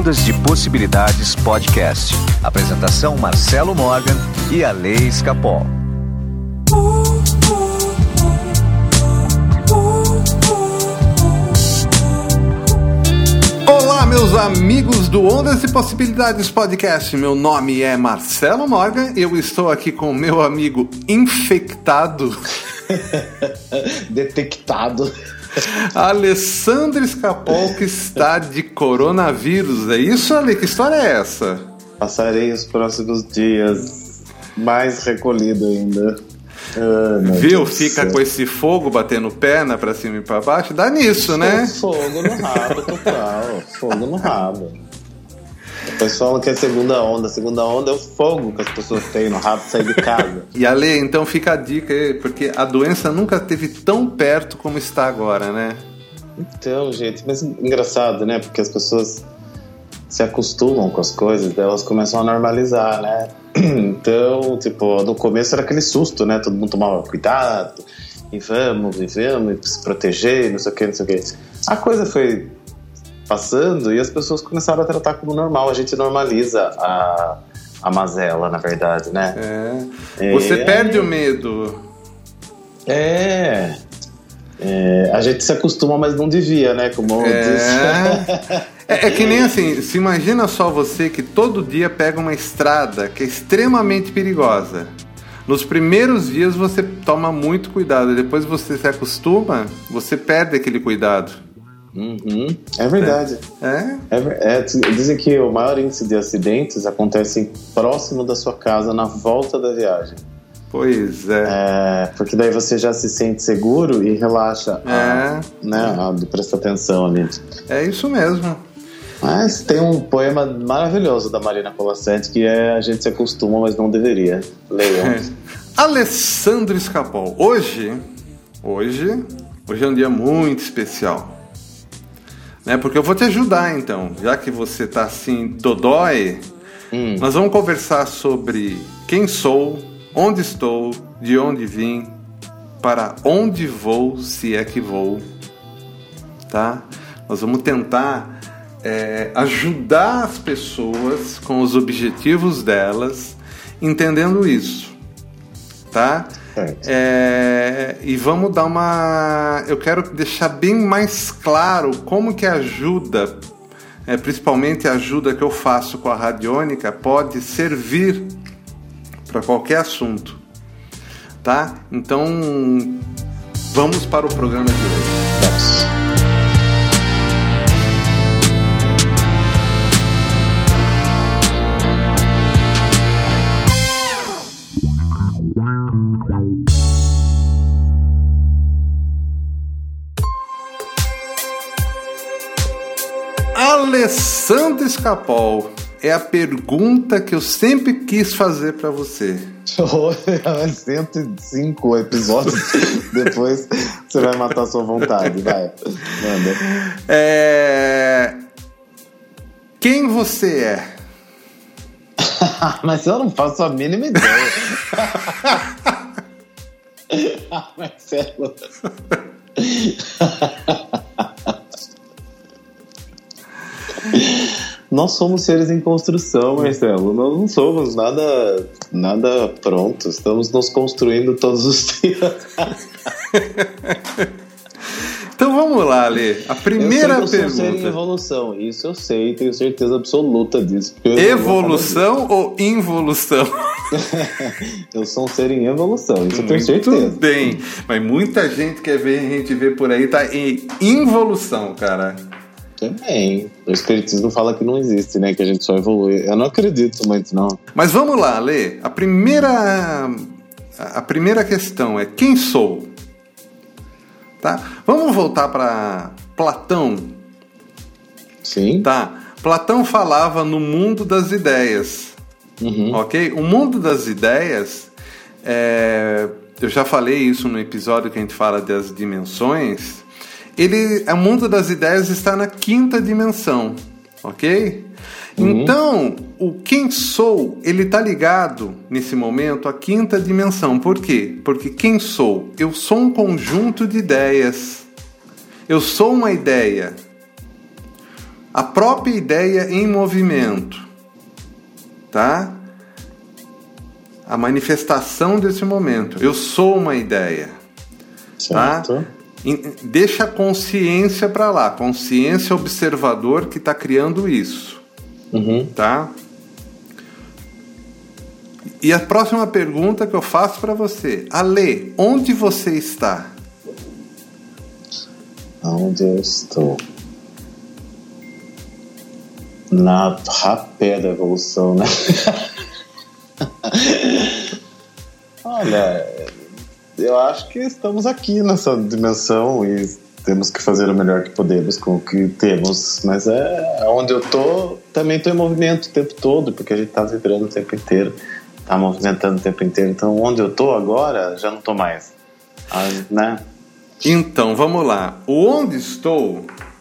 Ondas de Possibilidades Podcast. Apresentação Marcelo Morgan e Ale Escapol. Olá, meus amigos do Ondas de Possibilidades Podcast. Meu nome é Marcelo Morgan. Eu estou aqui com o meu amigo infectado. Detectado. Alessandro Escapol, que está de coronavírus. É isso, Ale? Que história é essa? Passarei os próximos dias mais recolhido ainda. Viu? Fica com esse fogo batendo perna pra cima e pra baixo. Dá nisso, né? Fogo no rabo, total. Fogo no rabo. O pessoal quer segunda onda. Segunda onda é o fogo que as pessoas têm no rabo de sair de casa. E Ale, então fica a dica aí, porque a doença nunca esteve tão perto como está agora, né? Então, gente, mas engraçado, né? Porque as pessoas se acostumam com as coisas, elas começam a normalizar, né? Então, tipo, no começo era aquele susto, né? Todo mundo tomava cuidado, e vamos, e se proteger, não sei o que, não sei o que. A coisa foi passando e as pessoas começaram a tratar como normal. A gente normaliza a mazela, na verdade, né? Você perde o medo. A gente se acostuma, mas não devia, né? Como É que nem assim, se imagina só você que todo dia pega uma estrada que é extremamente perigosa. Nos primeiros dias você toma muito cuidado, depois você se acostuma, você perde aquele cuidado. É verdade. Dizem que o maior índice de acidentes acontece próximo da sua casa, na volta da viagem. Pois é. Porque daí você já se sente seguro e relaxa de prestar atenção ali. É isso mesmo. Mas tem um poema maravilhoso da Marina Colasanti que é A gente se acostuma, mas não deveria. Leiam. Alessandro Escapol, hoje é um dia muito especial, né? Porque eu vou te ajudar, então, já que você tá assim dodói, nós vamos conversar sobre quem sou, onde estou, de onde vim, para onde vou, se é que vou, tá? Nós vamos tentar ajudar as pessoas com os objetivos delas, entendendo isso, tá? E vamos dar eu quero deixar bem mais claro como que a ajuda, principalmente a ajuda que eu faço com a radiônica, pode servir para qualquer assunto, tá? Então, vamos para o programa de hoje. Alessandro Escapol, é a pergunta que eu sempre quis fazer pra você. 105 episódios depois você vai matar a sua vontade, vai. Manda. Quem você é? Mas eu não faço a mínima ideia. Marcelo. Nós somos seres em construção, Marcelo. Nós não somos nada pronto. Estamos nos construindo todos os dias. Então vamos lá, Ale. A primeira pergunta. Eu sou um ser em evolução. Isso eu sei, tenho certeza absoluta disso. Evolução ou involução? Eu sou um ser em evolução, isso eu tenho certeza. Muito bem. Mas muita gente quer ver, a gente vê por aí, tá em involução, cara. Também. O espiritismo fala que não existe, né? Que a gente só evolui. Eu não acredito muito, não. Mas vamos lá, Lê. A primeira questão é: quem sou? Tá? Vamos voltar para Platão. Sim. Tá. Platão falava no mundo das ideias. Ok? O mundo das ideias, eu já falei isso no episódio que a gente fala das dimensões. O mundo das ideias está na 5ª dimensão, ok? Então, o quem sou, ele está ligado, nesse momento, à 5ª dimensão. Por quê? Porque quem sou? Eu sou um conjunto de ideias. Eu sou uma ideia. a própria ideia em movimento, tá? A manifestação desse momento. Eu sou uma ideia, Certo. tá? Deixa a consciência para lá, consciência observador que está criando isso, tá? E a próxima pergunta que eu faço para você, Ale, onde você está? Onde eu estou? Na rapé da evolução, né? Olha, eu acho que estamos aqui nessa dimensão e temos que fazer o melhor que podemos com o que temos. Mas onde eu tô, também estou em movimento o tempo todo, porque a gente está vibrando o tempo inteiro, está movimentando o tempo inteiro. Então, onde eu tô agora, já não tô mais, né? Então, vamos lá. O onde estou,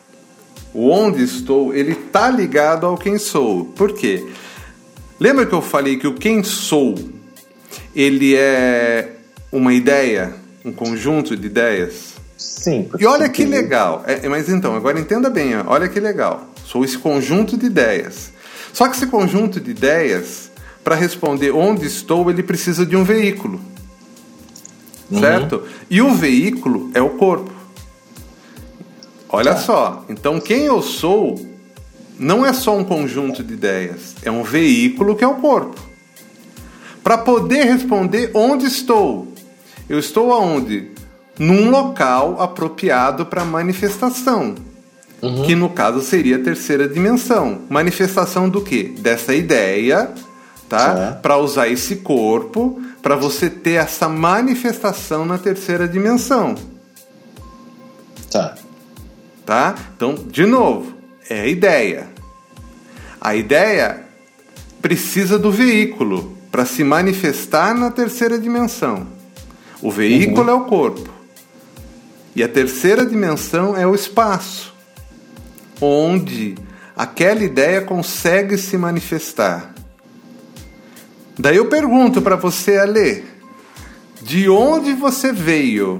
ele está ligado ao quem sou. Por quê? Lembra que eu falei que o quem sou, ele é uma ideia, um conjunto de ideias? Sim. E olha que legal. Mas então, agora entenda bem, olha que legal. Sou esse conjunto de ideias. Só que esse conjunto de ideias, para responder onde estou, ele precisa de um veículo. Certo? E o veículo é o corpo. Olha só. Então, quem eu sou não é só um conjunto de ideias. É um veículo que é o corpo. Para poder responder onde estou. Eu estou aonde? Num local apropriado para manifestação. Que no caso seria a terceira dimensão. Manifestação do quê? Dessa ideia, tá? Para usar esse corpo, para você ter essa manifestação na terceira dimensão. Tá? Então, de novo, é a ideia. A ideia precisa do veículo para se manifestar na terceira dimensão. O veículo é o corpo. E a terceira dimensão é o espaço, onde aquela ideia consegue se manifestar. Daí eu pergunto para você, Ale, de onde você veio?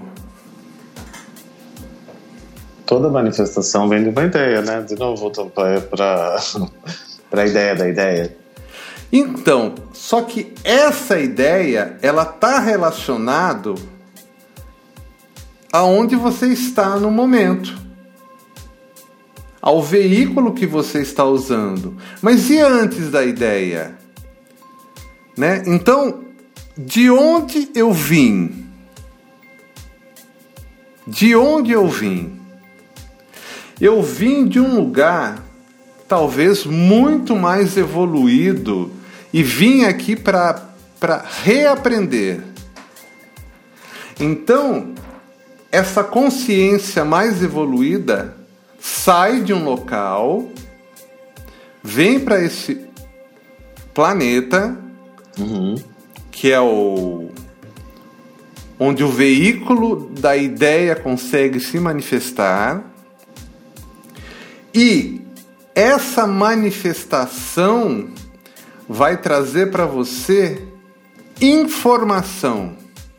Toda manifestação vem de uma ideia, né? De novo, voltando para a ideia da ideia. Então, só que essa ideia, ela está relacionada aonde você está no momento, ao veículo que você está usando. Mas e antes da ideia? Né? Então, de onde eu vim? De onde eu vim? Eu vim de um lugar talvez muito mais evoluído e vim aqui para reaprender. Então, essa consciência mais evoluída sai de um local, vem para esse planeta, que é onde o veículo da ideia consegue se manifestar, e essa manifestação vai trazer para você informação.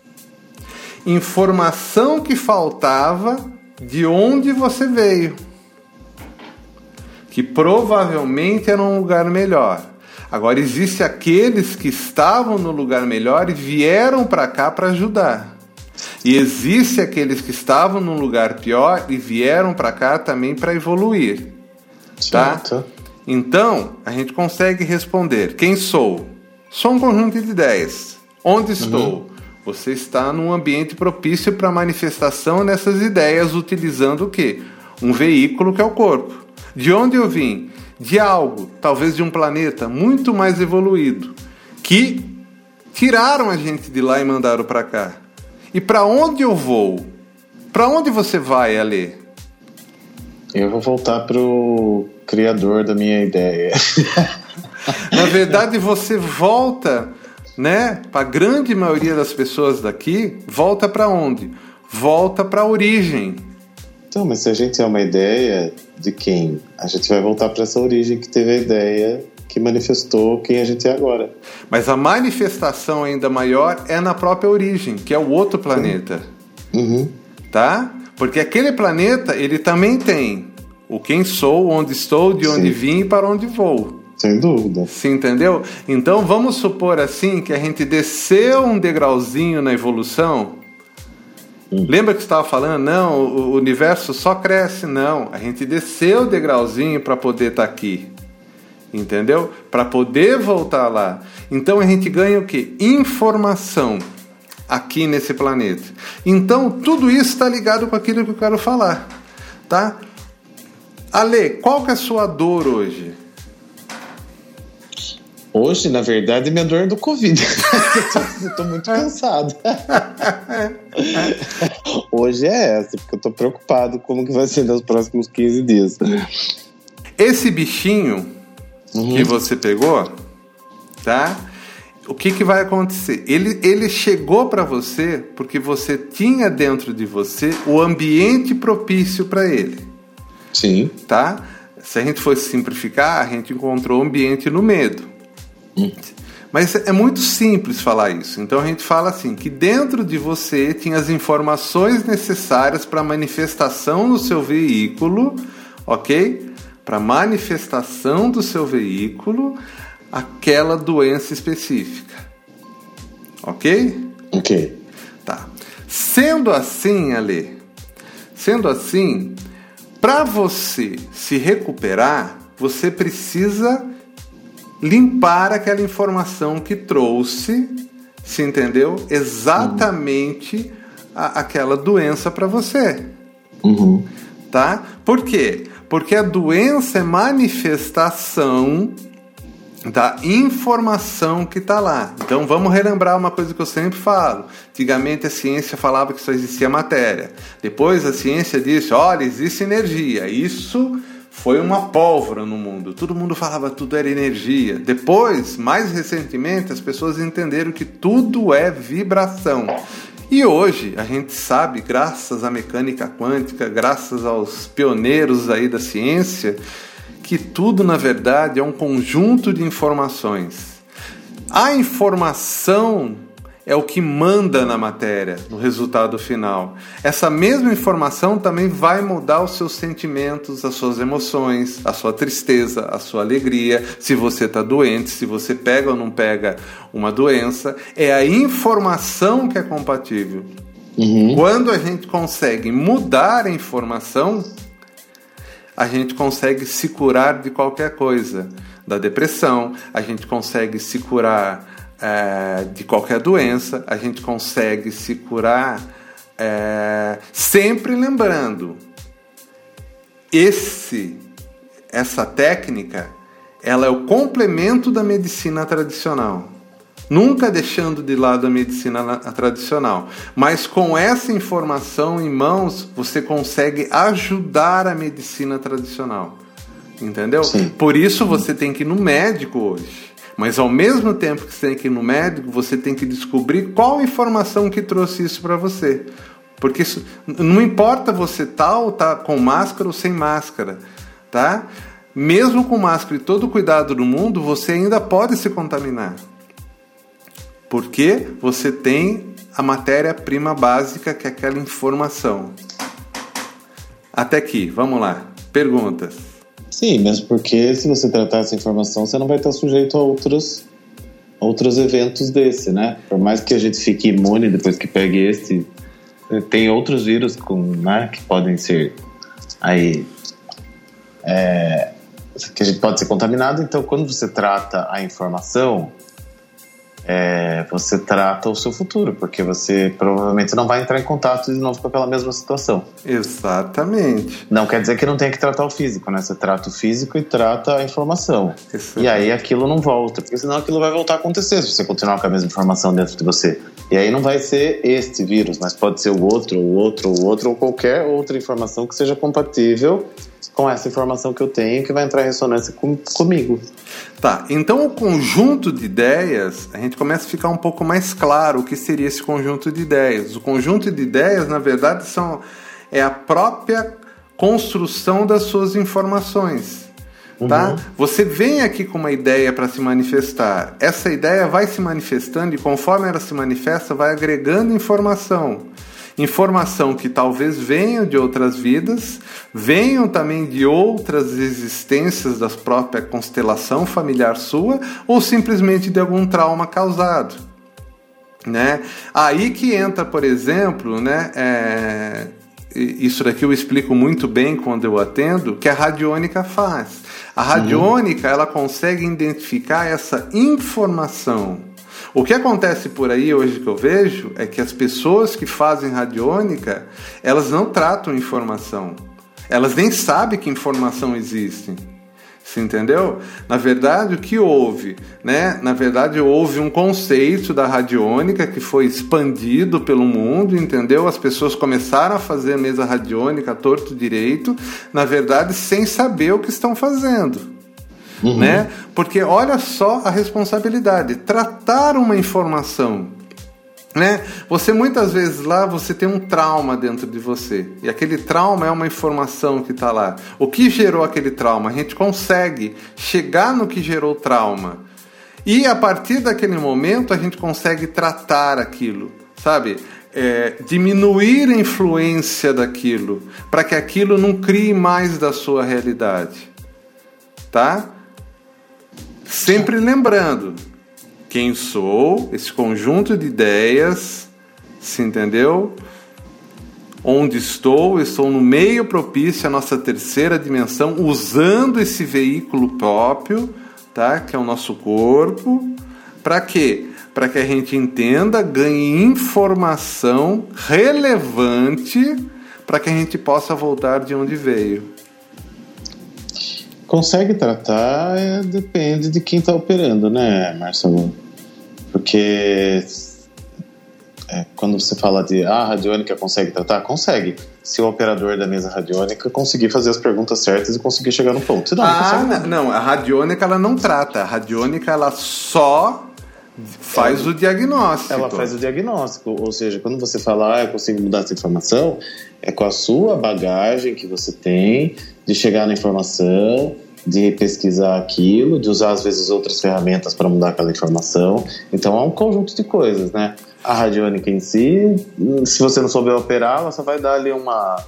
Informação que faltava de onde você veio. Que provavelmente era um lugar melhor. Agora, existe aqueles que estavam no lugar melhor e vieram para cá para ajudar. E existe aqueles que estavam num lugar pior e vieram para cá também para evoluir. Tá? Então, a gente consegue responder. Quem sou? Sou um conjunto de ideias. Onde estou? Você está num ambiente propício para manifestação dessas ideias, utilizando o quê? Um veículo que é o corpo. De onde eu vim? De algo, talvez de um planeta muito mais evoluído, que tiraram a gente de lá e mandaram para cá. E para onde eu vou? Para onde você vai, Ale? Eu vou voltar pro criador da minha ideia. Na verdade, você volta, né? Para a grande maioria das pessoas daqui, volta para onde? Volta para a origem. Então, mas se a gente é uma ideia de quem? A gente vai voltar para essa origem que teve a ideia, que manifestou quem a gente é agora. Mas a manifestação ainda maior é na própria origem, que é o outro planeta. Tá? Porque aquele planeta, ele também tem O quem sou, onde estou, de onde vim e para onde vou. Sem dúvida. Você entendeu? Então vamos supor assim que a gente desceu um degrauzinho na evolução. Lembra que você estava falando? Não, o universo só cresce. Não, a gente desceu o degrauzinho para poder estar aqui. Entendeu? Para poder voltar lá. Então a gente ganha o quê? Informação aqui nesse planeta. Então tudo isso está ligado com aquilo que eu quero falar. Tá? Ale, qual que é a sua dor hoje? Hoje, na verdade, minha dor é do Covid. Eu tô muito cansado. Hoje é essa, porque eu tô preocupado com como que vai ser nos próximos 15 dias. Esse bichinho que você pegou, tá? O que vai acontecer? Ele chegou para você porque você tinha dentro de você o ambiente propício para ele. Sim. Tá? Se a gente fosse simplificar, a gente encontrou o ambiente no medo. Mas é muito simples falar isso. Então a gente fala assim, que dentro de você tinha as informações necessárias para a manifestação do seu veículo, ok? Para manifestação do seu veículo, aquela doença específica. Ok? Ok. Tá. Sendo assim, Ale, para você se recuperar, você precisa limpar aquela informação que trouxe, se entendeu? Exatamente aquela doença para você. Tá? Por quê? Porque a doença é manifestação da informação que está lá. Então vamos relembrar uma coisa que eu sempre falo. Antigamente a ciência falava que só existia matéria. Depois a ciência disse, olha, existe energia. Isso foi uma pólvora no mundo. Todo mundo falava que tudo era energia. Depois, mais recentemente, as pessoas entenderam que tudo é vibração. E hoje a gente sabe, graças à mecânica quântica, graças aos pioneiros aí da ciência, que tudo, na verdade, é um conjunto de informações. A informação é o que manda na matéria, no resultado final. Essa mesma informação também vai mudar os seus sentimentos, as suas emoções, a sua tristeza, a sua alegria, se você está doente, se você pega ou não pega uma doença. É a informação que é compatível. Quando a gente consegue mudar a informação, a gente consegue se curar de qualquer coisa. Da depressão, a gente consegue se curar de qualquer doença, a gente consegue se curar sempre lembrando, essa técnica, ela é o complemento da medicina tradicional, nunca deixando de lado a medicina tradicional, mas com essa informação em mãos, você consegue ajudar a medicina tradicional, entendeu? Sim. Por isso você tem que ir no médico hoje. Mas ao mesmo tempo que você tem que ir no médico, você tem que descobrir qual informação que trouxe isso para você. Porque isso, não importa você tá com máscara ou sem máscara, tá? Mesmo com máscara e todo o cuidado do mundo, você ainda pode se contaminar. Porque você tem a matéria-prima básica, que é aquela informação. Até aqui, vamos lá. Perguntas. Sim, mesmo porque se você tratar essa informação, você não vai estar sujeito a outros eventos desse, né? Por mais que a gente fique imune depois que pegue esse, tem outros vírus né, que podem ser aí que a gente pode ser contaminado. Então, quando você trata a informação, você trata o seu futuro, porque você provavelmente não vai entrar em contato de novo com aquela mesma situação. Exatamente. Não quer dizer que não tenha que tratar o físico, né? Você trata o físico e trata a informação. Exatamente. E aí aquilo não volta, porque senão aquilo vai voltar a acontecer se você continuar com a mesma informação dentro de você. E aí não vai ser este vírus, mas pode ser o outro, ou qualquer outra informação que seja compatível com essa informação que eu tenho, que vai entrar em ressonância comigo. Tá, então o conjunto de ideias, a gente começa a ficar um pouco mais claro o que seria esse conjunto de ideias. O conjunto de ideias, na verdade, é a própria construção das suas informações. Tá? Você vem aqui com uma ideia para se manifestar. Essa ideia vai se manifestando e conforme ela se manifesta, vai agregando informação. Informação que talvez venham de outras vidas, venham também de outras existências da própria constelação familiar sua, ou simplesmente de algum trauma causado. Né? Aí que entra, por exemplo, né, isso daqui eu explico muito bem quando eu atendo, que a radiônica faz. A radiônica, ela consegue identificar essa informação. O que acontece por aí hoje que eu vejo é que as pessoas que fazem radiônica, elas não tratam informação. Elas nem sabem que informação existe. Você entendeu? Na verdade, o que houve? Né? Na verdade, houve um conceito da radiônica que foi expandido pelo mundo, entendeu? As pessoas começaram a fazer mesa radiônica torto direito, na verdade, sem saber o que estão fazendo. Né? Porque olha só a responsabilidade. Tratar uma informação. Né? Você muitas vezes lá você tem um trauma dentro de você e aquele trauma é uma informação que está lá. O que gerou aquele trauma? A gente consegue chegar no que gerou o trauma e a partir daquele momento a gente consegue tratar aquilo, sabe? Diminuir a influência daquilo para que aquilo não crie mais da sua realidade, tá? Sempre lembrando quem sou, esse conjunto de ideias, se entendeu? Onde estou? Estou no meio propício à nossa terceira dimensão, usando esse veículo próprio, tá? Que é o nosso corpo. Para quê? Para que a gente entenda, ganhe informação relevante para que a gente possa voltar de onde veio. Consegue tratar, depende de quem está operando, né, Marcelo? Porque quando você fala de radiônica consegue tratar, consegue. Se o operador da mesa radiônica conseguir fazer as perguntas certas e conseguir chegar no ponto. Não, a radiônica ela não trata. A radiônica ela só faz o diagnóstico. Ela faz o diagnóstico, ou seja, quando você fala, eu consigo mudar essa informação, é com a sua bagagem que você tem de chegar na informação, de pesquisar aquilo, de usar às vezes outras ferramentas para mudar aquela informação. Então é um conjunto de coisas, né? A radiônica em si, se você não souber operar, ela só vai dar ali uma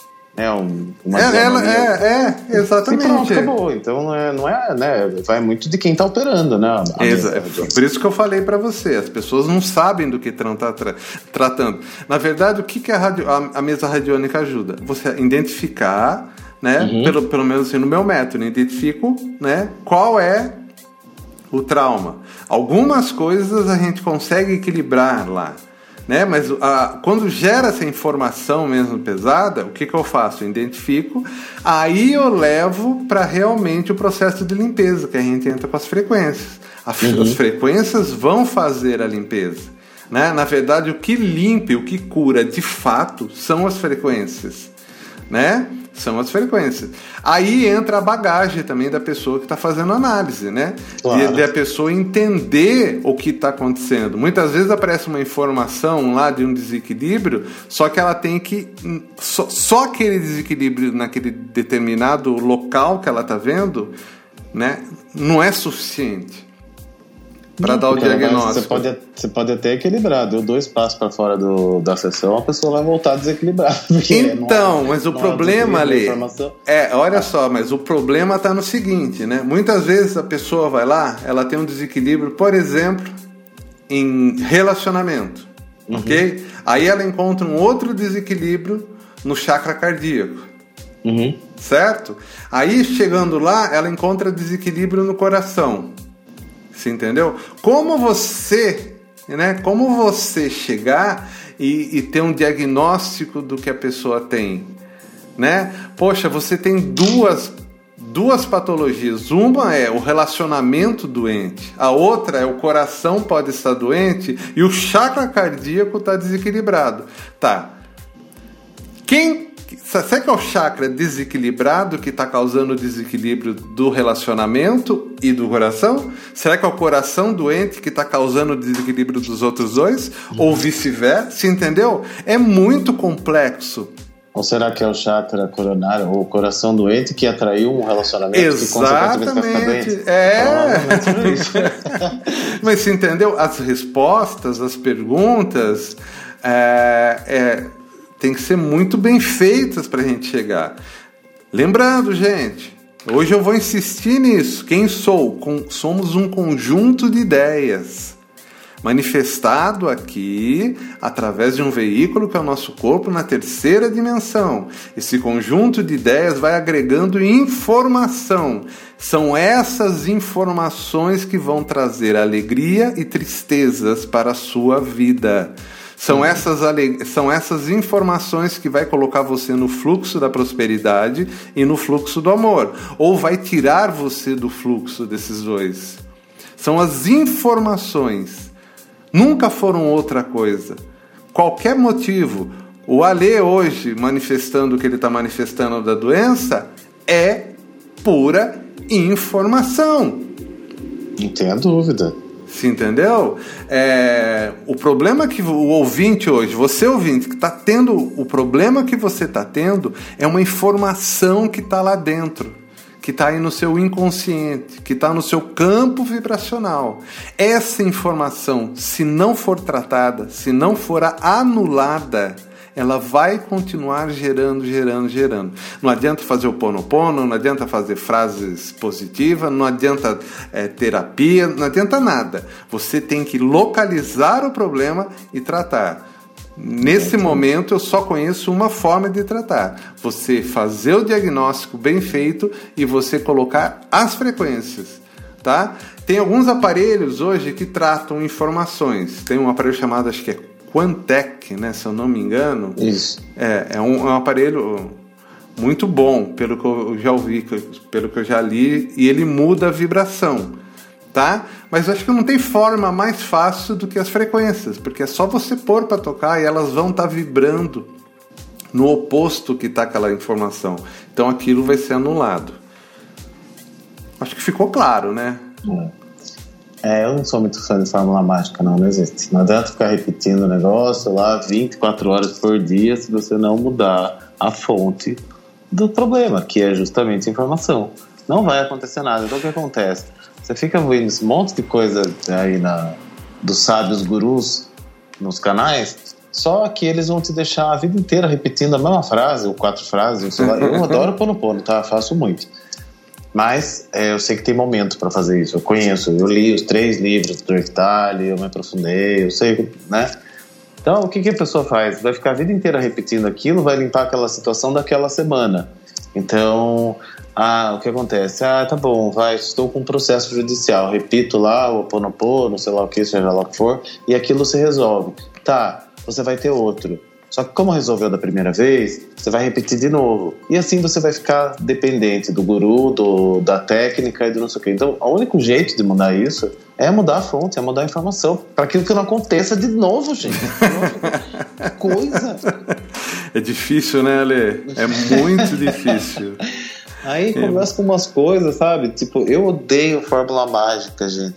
exatamente. E pronto, acabou. Então não é, né? Vai muito de quem está operando, né? Por isso que eu falei para você, as pessoas não sabem do que estão tratando. Na verdade, o que a mesa radiônica ajuda? Você identificar, né? Pelo menos assim, no meu método, identifico, né? Qual é o trauma. Algumas coisas a gente consegue equilibrar lá. Né? Mas quando gera essa informação mesmo pesada, o que eu faço? Eu identifico, aí eu levo para realmente o processo de limpeza, que a gente entra com as frequências. As frequências vão fazer a limpeza. Né? Na verdade, o que limpa, o que cura de fato são as frequências. Né? São as frequências. Aí entra a bagagem também da pessoa que está fazendo análise, né? Claro. De a pessoa entender o que está acontecendo. Muitas vezes aparece uma informação lá de um desequilíbrio, só que ela tem que... Só aquele desequilíbrio naquele determinado local que ela está vendo, né? Não é suficiente para dar o diagnóstico. Você pode até equilibrar, deu 2 passos para fora da sessão, a pessoa vai voltar desequilibrada. Então, mas o problema ali olha só, mas o problema está no seguinte, né? Muitas vezes a pessoa vai lá, ela tem um desequilíbrio, por exemplo, em relacionamento, ok? Aí ela encontra um outro desequilíbrio no chakra cardíaco, certo? Aí chegando lá, ela encontra desequilíbrio no coração. Você entendeu? Como você chegar e ter um diagnóstico do que a pessoa tem, né? Poxa, você tem duas patologias. Uma é o relacionamento doente, a outra é o coração pode estar doente e o chakra cardíaco está desequilibrado. Tá. Será que é o chakra desequilibrado que está causando o desequilíbrio do relacionamento e do coração? Será que é o coração doente que está causando o desequilíbrio dos outros dois? Ou vice-versa? Você entendeu? É muito complexo. Ou será que é o chakra coronário ou o coração doente que atraiu um relacionamento Exatamente. Que consequentemente vai ficar doente? Mas você entendeu? As respostas, as perguntas... tem que ser muito bem feitas para a gente chegar. Lembrando, gente, hoje eu vou insistir nisso. Quem sou? Somos um conjunto de ideias manifestado aqui através de um veículo que é o nosso corpo na terceira dimensão. Esse conjunto de ideias vai agregando informação. São essas informações que vão trazer alegria e tristezas para a sua vida. São essas informações que vai colocar você no fluxo da prosperidade e no fluxo do amor. Ou vai tirar você do fluxo desses dois. São as informações. Nunca foram outra coisa. Qualquer motivo, o Alê hoje manifestando o que ele está manifestando da doença é pura informação. Não tenha dúvida. Se entendeu? O problema que o ouvinte hoje, você ouvinte, que está tendo, o problema que você está tendo é uma informação que está lá dentro. Que está aí no seu inconsciente, que está no seu campo vibracional. Essa informação, se não for tratada, se não for anulada, ela vai continuar gerando. Não adianta fazer o Ho'oponopono, não adianta fazer frases positivas, não adianta terapia, não adianta nada. Você tem que localizar o problema e tratar. Nesse momento eu só conheço uma forma de tratar: você fazer o diagnóstico bem feito e você colocar as frequências, tá? Tem alguns aparelhos hoje que tratam informações. Tem um aparelho chamado, acho que é Quantec, né, se eu não me engano. Isso. É um aparelho muito bom, pelo que eu já ouvi, pelo que eu já li, e ele muda a vibração. Tá? Mas eu acho que não tem forma mais fácil do que as frequências, porque é só você pôr para tocar e elas vão estar vibrando no oposto que está aquela informação. Então aquilo vai ser anulado. Acho que ficou claro, né? Eu não sou muito fã de fórmula mágica, não existe. Não adianta ficar repetindo o negócio lá 24 horas por dia se você não mudar a fonte do problema, que é justamente a informação. Não vai acontecer nada. Então o que acontece? Você fica vendo esse monte de coisa aí dos sábios gurus nos canais, só que eles vão te deixar a vida inteira repetindo a mesma frase, ou 4 frases, sei lá. Eu adoro Ho'oponopono, tá? Faço muito. Mas eu sei que tem momento para fazer isso. Eu li os 3 livros do Ectali, eu me aprofundei, eu sei, né? Então, o que a pessoa faz? Vai ficar a vida inteira repetindo aquilo, vai limpar aquela situação daquela semana. Então, o que acontece? Tá bom, estou com um processo judicial, repito lá o Ho'oponopono, sei lá o que, seja lá o que for, e aquilo se resolve. Tá, você vai ter outro. Só que como resolveu da primeira vez, você vai repetir de novo. E assim você vai ficar dependente do guru, da técnica e do não sei o quê. Então, o único jeito de mudar isso é mudar a fonte, é mudar a informação. Para aquilo que não aconteça de novo, gente. Coisa. É difícil, né, Ale? É muito difícil. Aí começa com umas coisas, sabe? Tipo, eu odeio fórmula mágica, gente.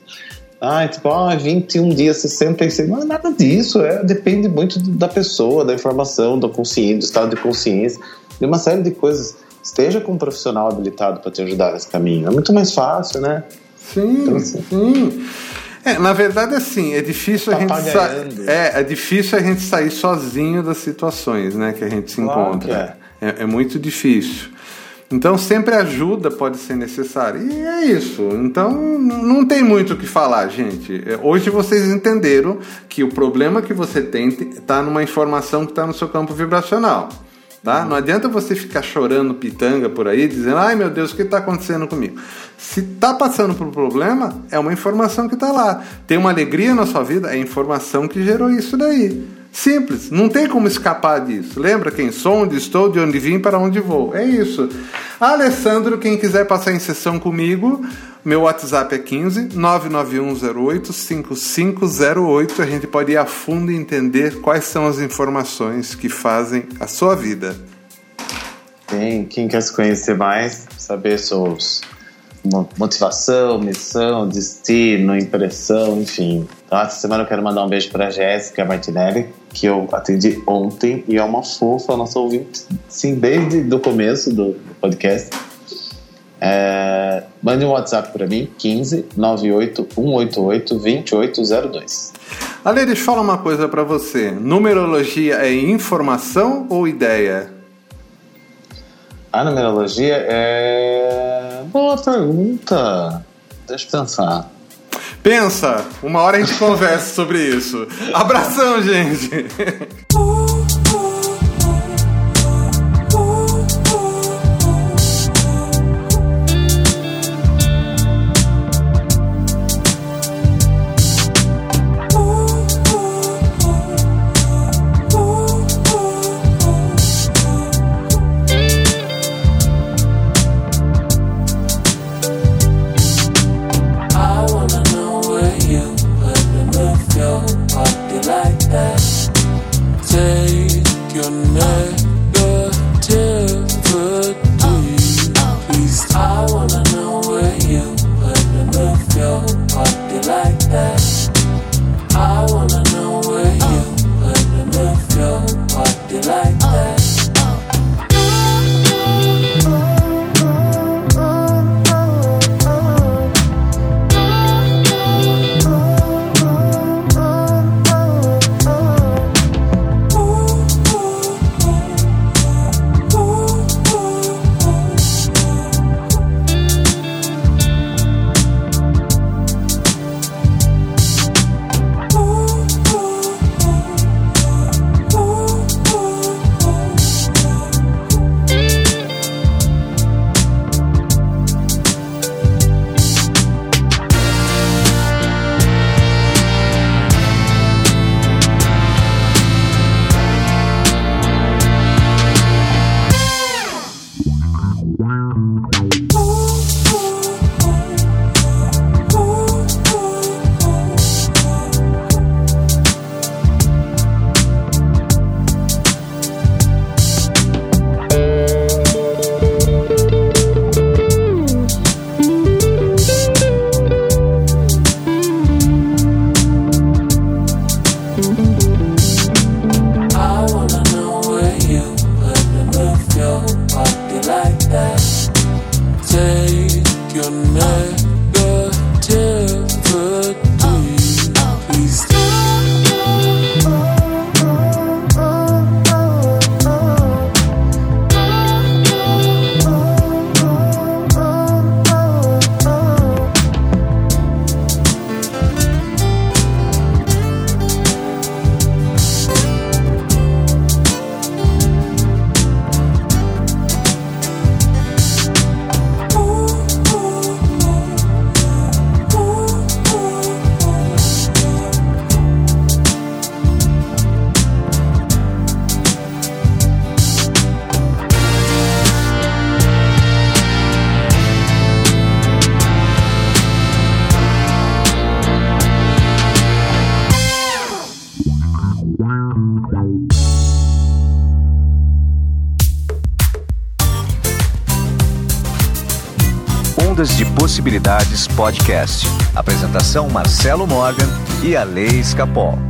21 dias, 66. Não é nada disso. Depende muito da pessoa, da informação, do consciente, do estado de consciência, de uma série de coisas. Esteja com um profissional habilitado para te ajudar nesse caminho. É muito mais fácil, né? Sim, então, assim, sim. Na verdade, assim, é difícil é difícil a gente sair sozinho das situações, né, que a gente se encontra. É muito difícil. Então, sempre ajuda pode ser necessária. E é isso. Então, não tem muito o que falar, gente. Hoje vocês entenderam que o problema que você tem está numa informação que está no seu campo vibracional. Tá? Não adianta você ficar chorando pitanga por aí, dizendo, ai meu Deus, o que está acontecendo comigo? Se está passando por um problema, é uma informação que está lá. Tem uma alegria na sua vida, é a informação que gerou isso daí. Simples, não tem como escapar disso. Lembra quem sou, onde estou, de onde vim, para onde vou. É isso. Alessandro, quem quiser passar em sessão comigo, meu WhatsApp é 15 99108 5508. A gente pode ir a fundo e entender quais são as informações que fazem a sua vida. Quem quer se conhecer mais, saber seus motivação, missão, destino, impressão, enfim. Então, essa semana eu quero mandar um beijo para a Jéssica Martinelli, que eu atendi ontem e é uma fofa, nossa ouvinte, sim, desde o começo do podcast. Mande um WhatsApp para mim, 15 98 188 2802. Ale, deixa eu falar uma coisa pra você. Numerologia é informação ou ideia? A numerologia é... Boa pergunta. Deixa eu pensar. Pensa, uma hora a gente conversa sobre isso. Abração, gente! Ondas de Possibilidades Podcast. Apresentação Marcelo Morgan e Ale Escapol.